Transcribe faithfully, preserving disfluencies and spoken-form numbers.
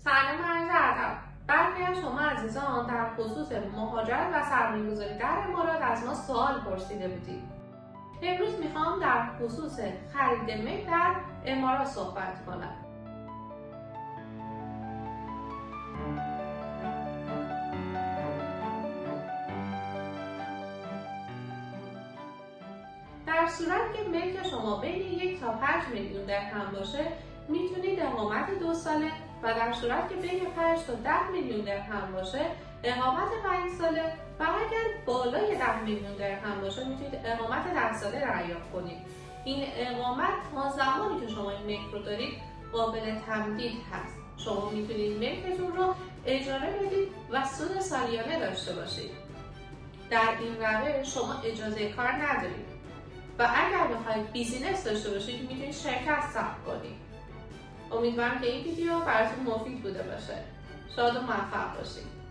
سلام عرض ادب. برخی از شما عزیزان در خصوص مهاجرت و سرمایه‌گذاری در امارات از ما سوال پرسیده بودید. امروز میخوام در خصوص خرید ملک در امارات صحبت کنم. در صورت که ملک شما بین یک تا پنج میلیون درهم باشه میتونید اقامت دو ساله و در صورت که بین پنج تا ده میلیون درهم باشه اقامت پنج ساله و اگر بالای ده میلیون درهم باشه میتونید اقامت ده ساله دریافت کنید. این اقامت تا زمانی که شما این ملک رو دارید قابل تمدید هست. شما میتونید ملکتون رو اجاره بدید و سود سالیانه داشته باشید. در این روش شما اجازه کار ندارید و اگر بخواید بیزینس داشته باشید میتونید شرکت ثبت کنید. امیدوارم که این ویدیو براتون مفید بوده باشه. شاد و موفق باشید.